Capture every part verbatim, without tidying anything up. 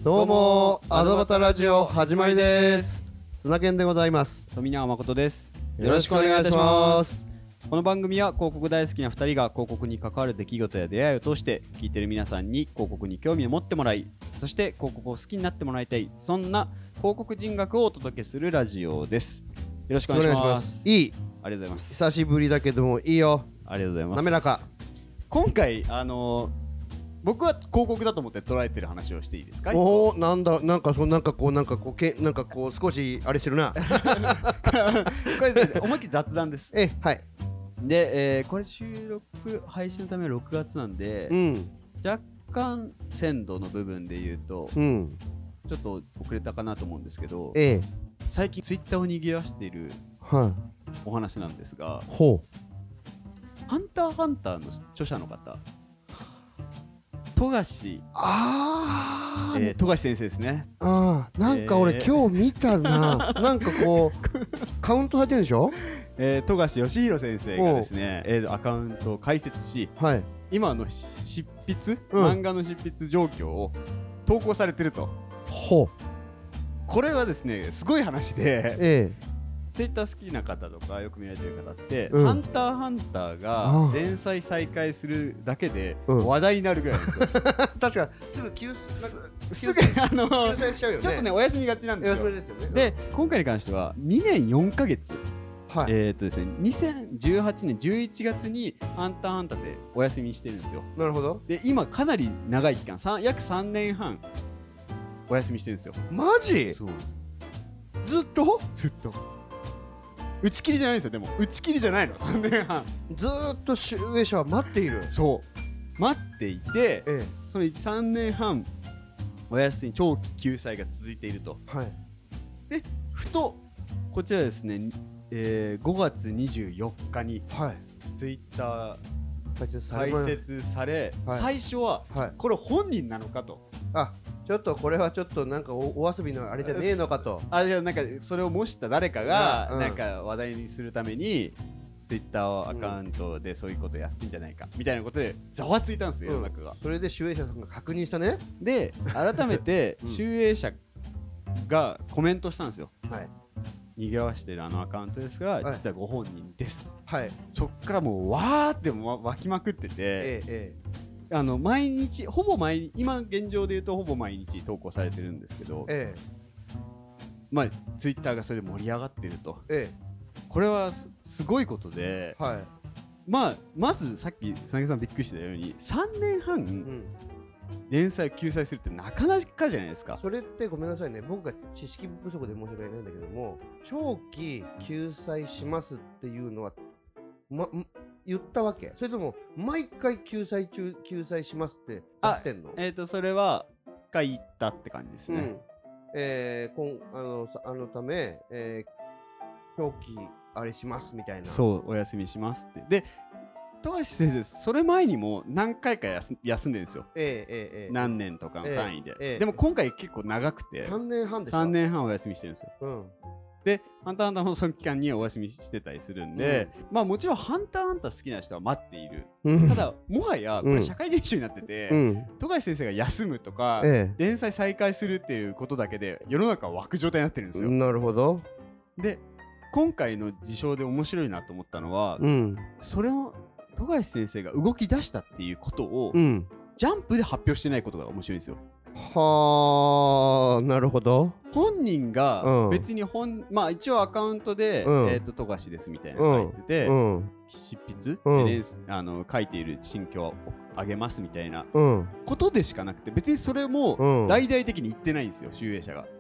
どうもアドバタラジオ始まりです。砂健でございます。 富永誠です。 よろしくお願いいたします。 この番組は広告大好きなふたりが広告に関わる出来事や出会いを通して聞いている皆さんに広告に興味を持ってもらい、そして広告を好きになってもらいたい、そんな広告人学をお届けするラジオです。よろしくお願いします。 いい、 ありがとうございます。 久しぶりだけどもいいよ。 ありがとうございます。 滑らか。 今回あのー僕は広告だと思って捉えてる話をしていいですか？ おお、なんだ、なんかそなんかこうなんかこうけなんかこう少しあれしてるな。 これ、ね、思いっきり雑談です。 え、はい。 で、えー、これ収録配信のためろくがつなんで、 うん、 若干鮮度の部分で言うと、 うん、 ちょっと遅れたかなと思うんですけど、 ええ、 最近ツイッターを賑わしているはい。 お話なんですが、 ほう。 ハンターハンターの著者の方、富樫、 あー、 えー、富樫先生ですね。 あー、なんか俺、 えー今日見たな。なんかこうカウントされてるでしょ。 えー、富樫義弘先生がですね、えー、アカウントを開設し、 はい。 今の執筆、 うん、 漫画の執筆状況を投稿されてると。 ほう。 これはですね、すごい話で、 えツイッター好きな方とかよく見られてる方って、 うん、 ハンターハンターが連載再開するだけで話題になるぐらいなんですよ。 え、確かすぐ休すすぐあの休載しちゃうよね。 ちょっとねお休みがちなんですよ。 お休みですよね。 で、今回に関してはにねんよんかげつ、 はい。 えーっとですね、にせんじゅうはちねんじゅういちがつにハンターハンターでお休みしてるんですよ。 なるほど。 で、今かなり長い期間、さん約さんねんはんお休みしてるんですよ。 マジ？ そうずっと？ ずっと打ち切りじゃないんですよ。でも打ち切りじゃないの。さんねんはんずーっと集英社は待っている。 そう待っていて、 えそのさんねんはんお休み長期救済が続いていると。 え、はい。 で、ふとこちらですね、えー、ごがつにじゅうよっかにはい。 ツイッタ解説ー開されま設され、 はい、 最初は、 はい。 これ本人なのかと。 あ、ちょっとこれはちょっとなんか お, お遊びのあれじゃねえのかと。 あ、じゃあなんかそれを模した誰かが、 うん、 なんか話題にするためにツイッターアカウントでそういうことやってんじゃないか、みたいなことでざわついたんですよ、世の中が。 それで集英社さんが確認したね。 で、改めてうん、 集英社がコメントしたんですよ。 はい。 賑わしてるあのアカウントですが、 はい、 実はご本人ですと。 はい。 そっからもうわーっても湧きまくってて、 ええ、えあの毎日ほぼ毎日、今現状で言うとほぼ毎日投稿されてるんですけど、 え、えまあツイッターがそれで盛り上がってると。 え、えこれは す, すごいことで、 え、はい。 まあまずさっきつなぎさんびっくりしたようにさんねんはんうん。 連載を救済するってなかなかじゃないですか。 それってごめんなさいね、僕が知識不足で申し訳ないんだけども、長期救済しますっていうのは、ま、言ったわけ？それとも毎回救済中救済しますって出してんの？ えっ、ー、とそれはが言ったって感じですね。 うん、えー、こんあのあのため、えー、長期あれしますみたいな。 そう、お休みしますって。で、富樫先生それ前にも何回か休休んでるんですよ。 えー、えー、えー、 何年とかの単位で、 えーえー、 でも今回結構長くてさんねんはんでしょ。 さんねんはんお休みしてるんですよ。 うん、 で、ハンターハンターもその期間にお休みしてたりするんで、うん、まあもちろんハンターハンター好きな人は待っている、うん、ただもはやこれ社会現象になってて、うん、富樫先生が休むとか、ええ、連載再開するっていうことだけで世の中は湧く状態になってるんですよ。 なるほど。 で、今回の事象で面白いなと思ったのは、うん、それを富樫先生が動き出したっていうことを、うん、ジャンプで発表してないことが面白いんですよ。 はあ、なるほど。 本人が別に本、うん、まあ一応アカウントで、うん、えっ、ー、と富樫ですみたいなの書いてて、うん、執筆、うん、であの書いている心境をあげますみたいなことでしかなくて、別にそれも大々的に言ってないんですよ、集英社が。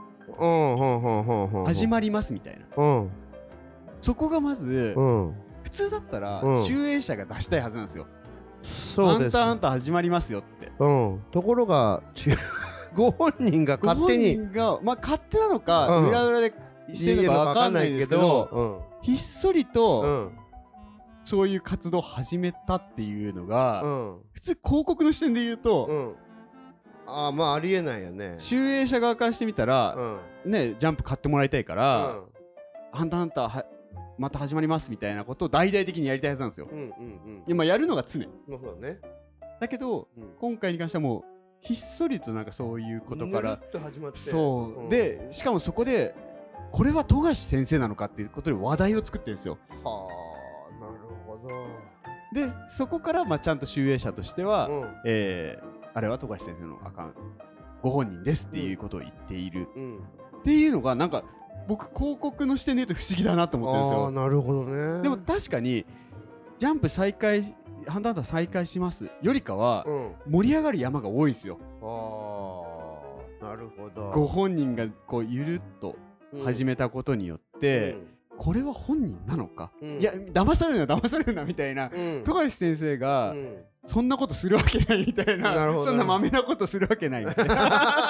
始まりますみたいな、うん、そこがまず、うん、普通だったら集英社が出したいはずなんですよ。そうです。ハンターハンター始まりますよって。 うん、ところがご本人が勝手に、 ご本人が、まあ、勝手なのか、うん、裏裏でしてるのか分かんないですけど、うん、ひっそりと、うん、そういう活動を始めたっていうのが、うん、普通広告の視点で言うと、うん、 ああ、まあありえないよね。 集英社側からしてみたら、うん、ね、ジャンプ買ってもらいたいから、うん、ハンターハンターはまた始まりますみたいなことを大々的にやりたいはずなんですよ。うんうんうん、今やるのが常。 そうだね。 だけど、うん、今回に関してはもうひっそりとなんかそういうことからぬるっと始まってそう、 うん、 でしかもそこでこれは富樫先生なのかっていうことで話題を作ってるんですよ。 はあ、なるほど。 でそこからまあちゃんと集英社としては、 うんえー、あれは富樫先生のアカウントご本人ですっていうことを言っている、 うん、 っていうのがなんか僕広告の視点で言うと不思議だなと思ってるんですよ。 ああ、なるほどね。 でも確かにジャンプ再開ハンターハンター再開しますよりかは、うん、盛り上がる山が多いんですよ。 ああ、なるほど。 ご本人がこうゆるっと始めたことによって、うん、これは本人なのか、うん、いや騙されるな騙されるなみたいな、うん、富樫先生が、うん、そんなことするわけないみたいな、なそんなまめなことするわけないみたいな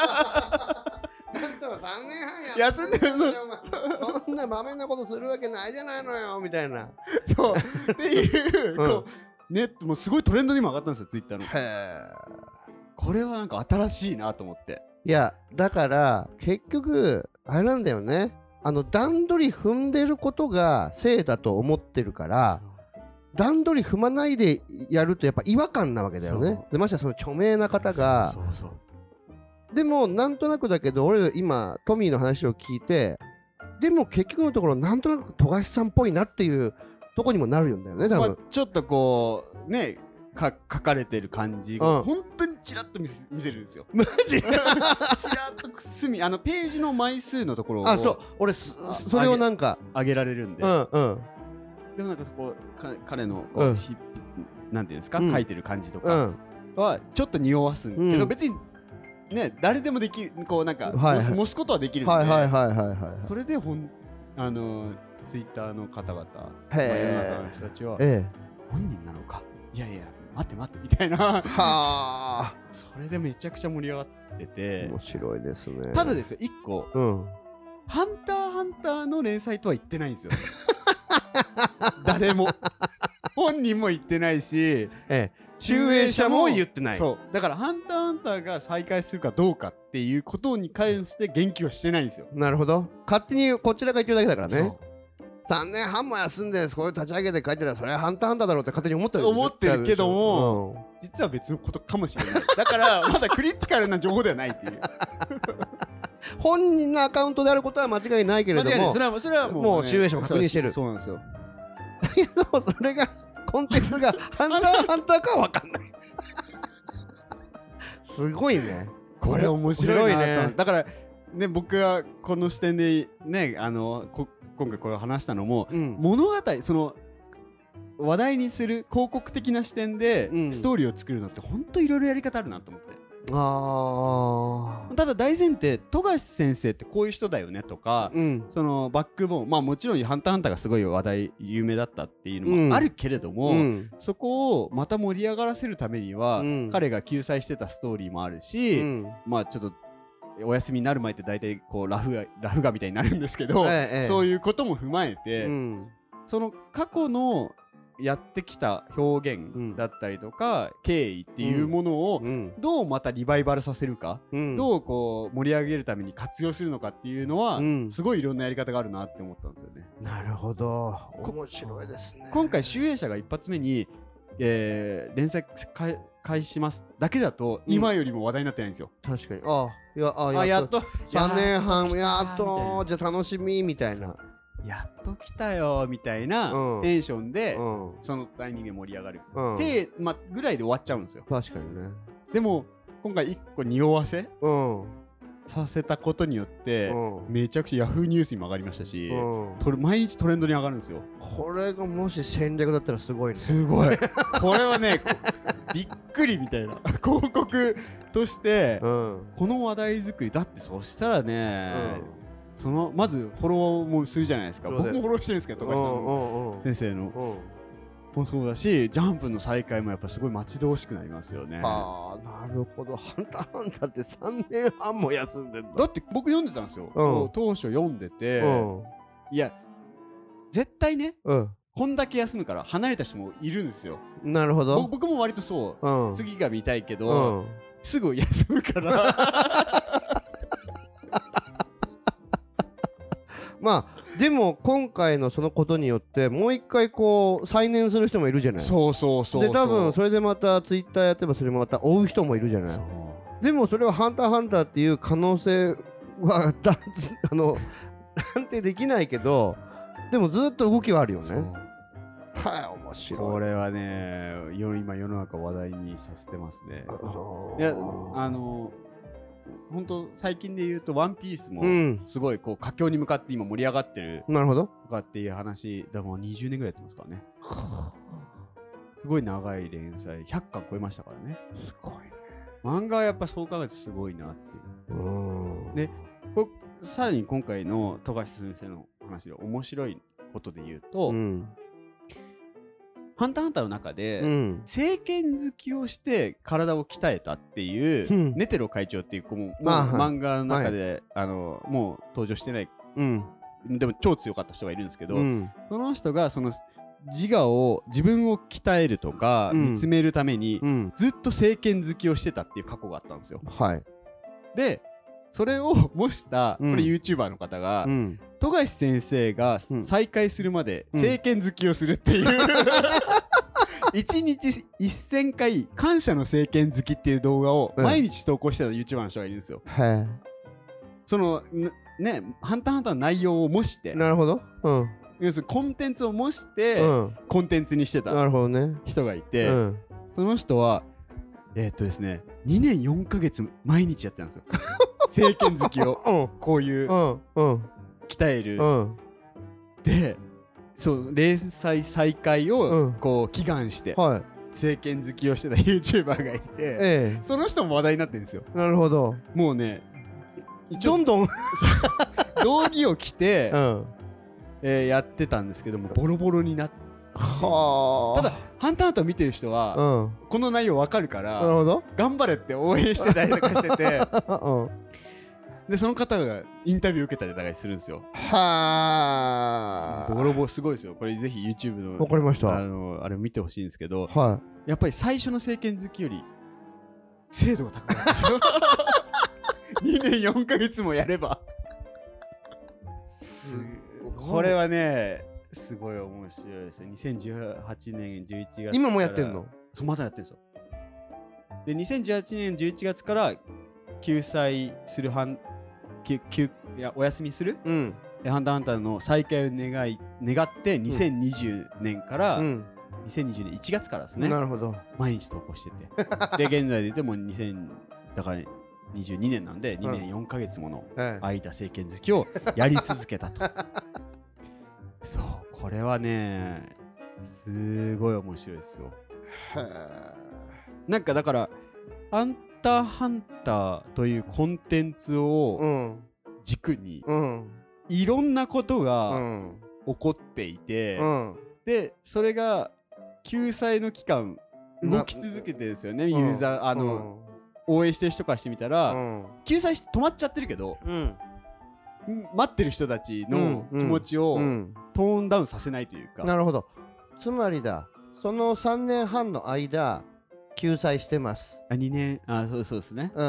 さんねんはん休んでるそんなまめなことするわけないじゃないのよみたいなそうっていう、うん、こうネットもすごいトレンドにも上がったんですよ、ツイッターの。 へこれはなんか新しいなと思って。 いやだから結局あれなんだよね、あの段取り踏んでることがせいだと思ってるから段取り踏まないでやるとやっぱ違和感なわけだよね。でましてやその著名な方がそうそうそうでもなんとなくだけど俺今トミーの話を聞いてでも結局のところなんとなく富樫さんっぽいなっていうとこにもなるんだよね多分、 まあ、ちょっとこうねか書かれてる感じが、うん、本当にチラッと見せ、見せるんですよ。 マジチラッとくすみあのページの枚数のところをあそう俺それをなんか上げられるんで、 うんうん、 でもなんかそこか彼のこう、うん、なんていうんですか、うん、書いてる感じとかはちょっと匂わすんけど、うん、別にね誰でもできるこうなんか、はいはい、模すことはできるんで、 はいはいはいはいはい、 それでほんあのツイッターの方々、まあ、世の中の人たちは、 ええ、 本人なのかいやいや待って待ってみたいなはあそれでめちゃくちゃ盛り上がってて面白いですね。 ただですよいっこ、 うん、 ハンターハンターの連載とは言ってないんですよ誰も本人も言ってないし、 ええ、集英社も言ってない。 そうだからハンターハンターが再開するかどうかっていうことに関して言及はしてないんですよ。 なるほど、勝手にこちらが言ってるだけだからね。さんねんはんも休んでこれ立ち上げて書いてたらそれはハンターハンターだろうって勝手に思ってる思ってるけども、うん、実は別のことかもしれないだからまだクリティカルな情報ではないっていう本人のアカウントであることは間違いないけれどもそれはそれはもう、ね、 もう集英社も確認してる。 そうなんですよ。 だけどそれがコンテクストがハンターハンターかは分かんないすごいねこれ面白いね。だからね僕はこの視点でねあのこ今回これを話したのも、うん、物語その話題にする広告的な視点でストーリーを作るのって本当いろいろやり方あるなと思って、 うん、あただ大前提富樫先生ってこういう人だよねとか、うん、そのバックボーンまあもちろんハンターハンターがすごい話題有名だったっていうのもあるけれども、うん、そこをまた盛り上がらせるためには、うん、彼が救済してたストーリーもあるし、うん、まあちょっとお休みになる前って大体こうラフがラフ画みたいになるんですけど、ええ、そういうことも踏まえて、うん、その過去のやってきた表現だったりとか、うん、経緯っていうものをどうまたリバイバルさせるか、うん、どうこう盛り上げるために活用するのかっていうのは、うん、すごいいろんなやり方があるなって思ったんですよね。 なるほど、面白いですね。 今回集英社が一発目に、えー、連載開始しますだけだと、うん、今よりも話題になってないんですよ。 確かに。あいやあや, あやっとさんねんはんやっとじゃあ楽しみみたいなやっと来たよみたいなテンションで、うん、そのタイミングで盛り上がる、うん、で、まあ、ぐらいで終わっちゃうんですよ。 確かにね。 でも今回いっこ匂わせ、うん、させたことによって、うん、めちゃくちゃヤフーニュースにも上がりましたし、うん、毎日トレンドに上がるんですよ。 これがもし戦略だったらすごいね。 すごいこれはねびっくりみたいな広告として、うん、この話題作りだってそしたらね、うん、そのまずフォローもするじゃないですか。僕もフォローしてるんですけど富樫さんの先生のもそうだし、ジャンプの再開もやっぱすごい待ち遠しくなりますよね。 ああなるほど。ハンターハンターってさんねんはんも休んでんだ。 だって僕読んでたんですよ、うん、当初読んでて、うん、いや絶対ね、うんこんだけ休むから離れた人もいるんですよ。 なるほど。 僕も割とそう、うん、次が見たいけど、うん、すぐ休むからまあでも今回のそのことによってもう一回こう再燃する人もいるじゃない。 そうそうそうそう。 で多分それでまたツイッターやってばそれもまた追う人もいるじゃない。 でもそれはハンターハンターっていう可能性はだあの断定できないけど、でもずっと動きはあるよね。はい、面白い。 これはね、今世の中話題にさせてますね。いや、あの本当最近で言うとワンピースもすごいこう佳境に向かって今盛り上がってるなるほどとかっていう話だもうにじゅうねんぐらいやってますからね。すごい長い連載ひゃっかん超えましたからね。 すごいね。 漫画はやっぱそう考えるとすごいなっていう。うんでこさらに今回の富樫先生の話で面白いことで言うと、うん、ハンターハンターの中で、うん、正拳突きをして体を鍛えたっていう、うん、ネテロ会長っていう子も、もう漫画の中で、はい、あのもう登場してない、うん、でも超強かった人がいるんですけど、うん、その人がその自我を自分を鍛えるとか、うん、見つめるために、うん、ずっと正拳突きをしてたっていう過去があったんですよ。はい、でそれを模した、これ YouTuber の方が、うん、富樫先生が再開するまで正拳突きをするっていう、うん、いちにちせんかい感謝の正拳突きっていう動画を毎日投稿してた YouTuber の人がいるんですよ。うん、そのね、ハンターハンターの内容を模して、なるほど、うん、要するにコンテンツを模して、うん、コンテンツにしてた人がいて、ね、うん、その人はえー、っとですねにねんよんかげつ毎日やってたんですよ。正拳突きを、うん、こういう、うんうん、鍛える、うん、でそう連載再開をこう祈願して、はい、正拳突きをしてた YouTuber がいて、ええ、その人も話題になってるんですよ。なるほど。もうねどんどん道着を着て、うん、えー、やってたんですけどもボロボロになって、はただハンターハンター見てる人は、うん、この内容わかるから頑張れって応援してたりとかしてて、うん、でその方がインタビュー受けたりとかするんですよ。はあボロボロすごいですよ。これぜひ YouTube の、わかりました、あのあれ見てほしいんですけど、はい、やっぱり最初の正拳突きより精度が高いんですよ。にねんよんかげつもやればこれはねすごい面白いですね。にせんじゅうはちねんじゅういちがつ今もやってんの？そうまだやってるんですよ。でにせんじゅうはちねんじゅういちがつから救済するハンききいやお休みする、うん、ハンターハンターの再開を願い願ってにせんにじゅうねんから、うん、にせんにじゅうねんいちがつからですね。なるほど。毎日投稿しててで現在で言ってもにせんだからにじゅうにねんなんでにねんよんかげつもの間正拳突きをやり続けたと。そうこれはねすごい面白いですよ。なんかだからハンターハンターというコンテンツを軸に、うん、いろんなことが起こっていて、うん、でそれが救済の期間動き続けてるんですよね、うん、ユーザーあの、うん、応援してる人からしてみたら、うん、救済して止まっちゃってるけど、うん、待ってる人たちの気持ちをトーンダウンさせないというか、うんうん、なるほど。つまりだそのさんねんはんの間救済してます。あにねんあそうそうですね、うん、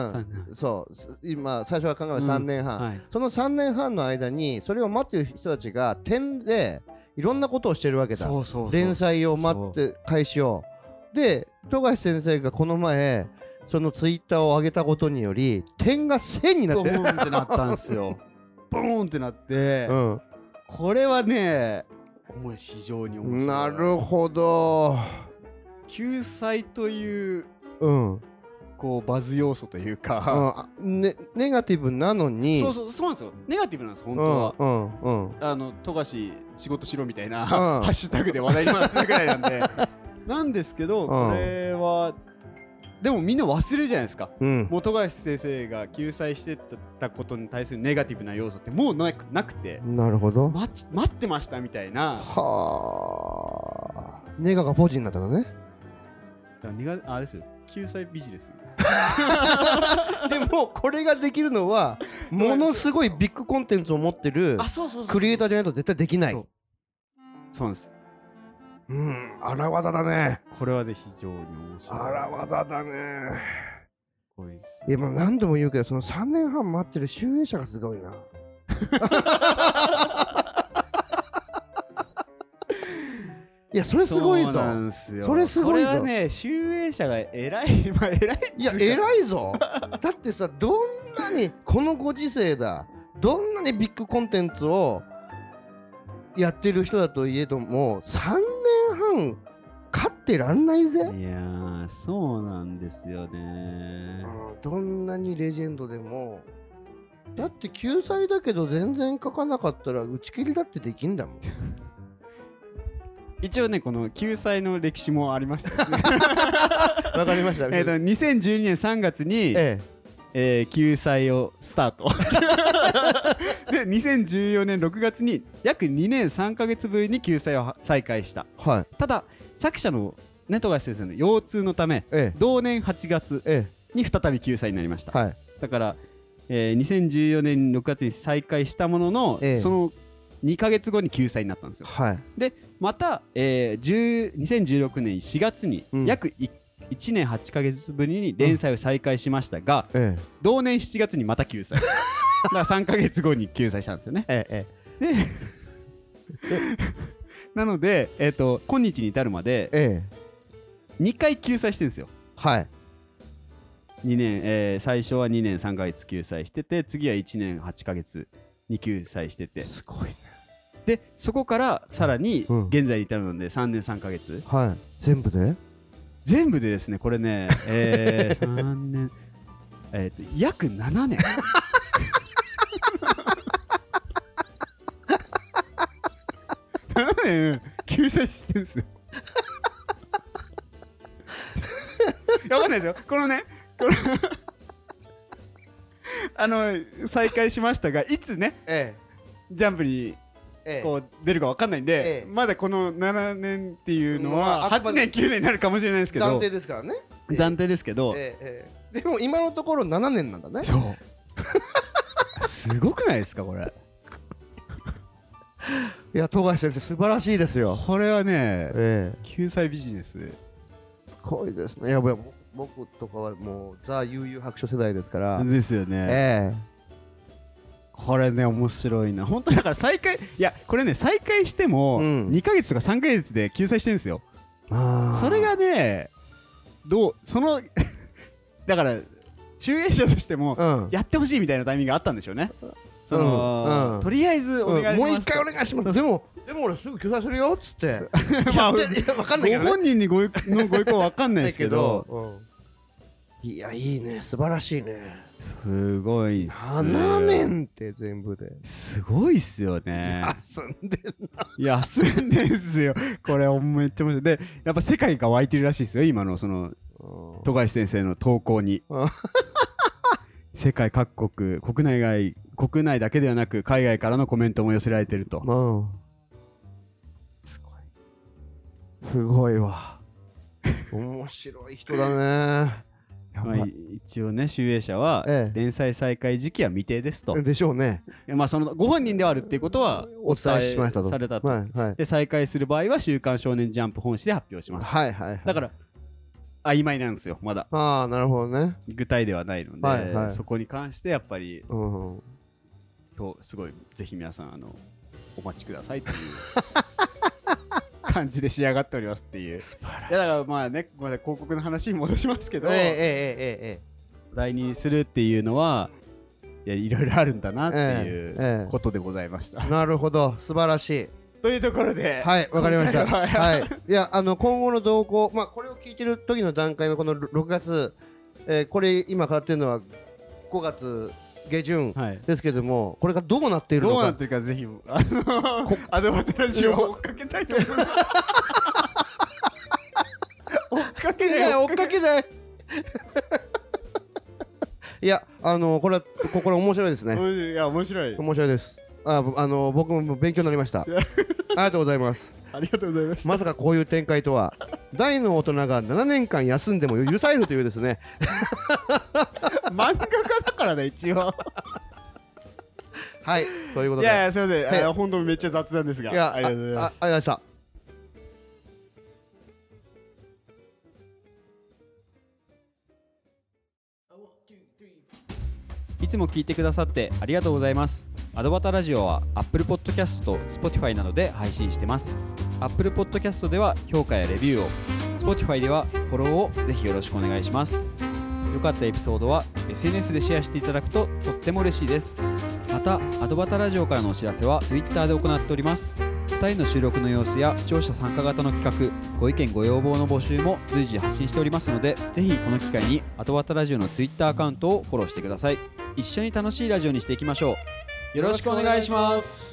そう今最初は考えたさんねんはん、うんはい、そのさんねんはんの間にそれを待ってる人たちが点でいろんなことをしてるわけだ。そうそうそう連載を待って開始をで富樫先生がこの前そのツイッターを上げたことにより点がせんになってボーンってなったんですよ。ボーンってなって、うん、これはね非常に面白い。なるほど。救済という、うん、こうバズ要素というか、うん、ね、ネガティブなのにそうそうそうなんですよ。ネガティブなんです本当は、うんうんうん、あの富樫仕事しろみたいな、うん、ハッシュタグで話題になってるぐらいなんでなんですけど、うん、これはでもみんな忘れるじゃないですか、うん、もう富樫先生が救済してたことに対するネガティブな要素ってもうなく、なくてなるほど 待, 待ってましたみたいなはあネガがポジになったのね。ネガあれですよ救済ビジネスでもこれができるのはものすごいビッグコンテンツを持ってるクリエイターじゃないと絶対できない。そうそうなんです。うん、荒技だね。これはね、非常に面白い。荒技だね。これです。いや、もう何度も言うけど、そのさんねんはん待ってる集英社がすごいな。いやそれすごいぞ。 そうなんすよ。 それすごいぞ。 これはね集英社が偉いまあ偉いいや偉いぞ。だってさどんなにこのご時世だどんなにビッグコンテンツをやってる人だといえどもさんねんはん勝ってらんないぜ。 いやーそうなんですよね、 うん、どんなにレジェンドでもだって救済だけど全然書かなかったら打ち切りだってできんだもん。 一応ねこの救済の歴史もありましてですねわかりました。 えっとにせんじゅうにねんさんがつに、 ええー、救済をスタートでにせんじゅうよねんろくがつに約にねんさんかげつぶりに救済を再開した。 はい。 ただ作者のね富樫先生の腰痛のため、 ええ、 同年はちがつええ、 に再び救済になりました、 はい、 だから、えー、にせんじゅうよねんろくがつに再開したものの、ええ、そのにかげつごに救済になったんですよ、 はい、 でまた、えー、にせんじゅうろくねんしがつに約いちねんはちかげつぶりに連載を再開しましたが、うんええ、同年しちがつにまた救済だからさんかげつごに救済したんですよね、ええ、でなので、えーと、今日に至るまで、ええ、にかい救済してるんですよ。 はいにねん、えー、最初はにねんさんかげつ救済してて次はいちねんはちかげつに救済しててすごいね。 でそこからさらに現在に至るのでさんねんさんかげつ、 うん、はい全部で全部でですねこれね、えー、さんねんえーと約ななねんななねん救済してるんですよわかんないですよこのねこのあの再開しましたがいつね、ええ、ジャンプにこう出るかわかんないんで、ええ、まだこのななねんっていうのははちねんきゅうねんになるかもしれないですけど暫定ですからね、 ええ、暫定ですけど、 ええ、でも今のところななねんなんだね。 そうすごくないですかこれいや富樫先生素晴らしいですよこれはね、ええ、救済ビジネスすごいですね。いや僕とかはもうザ・悠々白書世代ですからですよね、ええ、これね面白いな本当だから再開いやこれね再開してもにかげつとかさんかげつで救済してるんですよ、うん、それがねどうそのだから集英社としてもやってほしいみたいなタイミングがあったんでしょうね、その、うんうん、とりあえずお願いします、うん、 もう一回お願いしますでもでも俺すぐ救済するよっつってまあ分かんないけど、ね、 ご本人にごのご意向は分かんないですけどうん、いやいいね素晴らしいねすごいっすななねんって全部ですごいっすよね休んでんな休んでんすよこれめっちゃ面白いでやっぱ世界が湧いてるらしいですよ今のその富樫先生の投稿に世界各国国内外国内だけではなく海外からのコメントも寄せられてると、うん、 すごいすごいわ面白い人だねまあ、一応ね集英社は連載再開時期は未定ですとでしょうね、 まあ、そのご本人ではあるっていうことはお伝えしましたとされたと、 はいはい、 で再開する場合は週刊少年ジャンプ本誌で発表します、 はいはいはい、 だから曖昧なんですよまだああなるほどね具体ではないので、 はいはい、 そこに関してやっぱり、うん、今日すごいぜひ皆さんあのお待ちくださいという感じで仕上がっておりますっていう。いやだからまあねごめんなさい広告の話に戻しますけど、えー、えー、えー、えー、題にするっていうのはいやいろいろあるんだなっていうことでございました、 えーえー、なるほど素晴らしいというところではいわかりましたは、はい、いやあの今後の動向まあこれを聞いてる時の段階のこのろくがつ、えー、これ今変わってるのはごがつ下旬ですけども、はい、これがどうなっているのかどうなってるかぜひあのアドバタラジオを追っかけたいと思います追っかけない追っかけないいやあのこれこれ面白いですねいや面白い面白いですああの僕も勉強になりましたありがとうございますありがとうございましたまさかこういう展開とは大の大人がななねんかん休んでも許されるというですね漫画家だからね一応はいということでいやいやすいません、はい、本当めっちゃ雑なんですがいやありがとうございますありがとうございましたいつも聞いてくださってありがとうございます。アドバタラジオは Apple Podcast と Spotify などで配信してます。 Apple Podcast では評価やレビューを、Spotify ではフォローをぜひよろしくお願いします。良かったエピソードは エスエヌエス でシェアしていただくととっても嬉しいです。またアドバタラジオからのお知らせは Twitter で行っております。ふたりの収録の様子や視聴者参加型の企画、ご意見ご要望の募集も随時発信しておりますので、ぜひこの機会にアドバタラジオの Twitter アカウントをフォローしてください。一緒に楽しいラジオにしていきましょう。よろしくお願いします。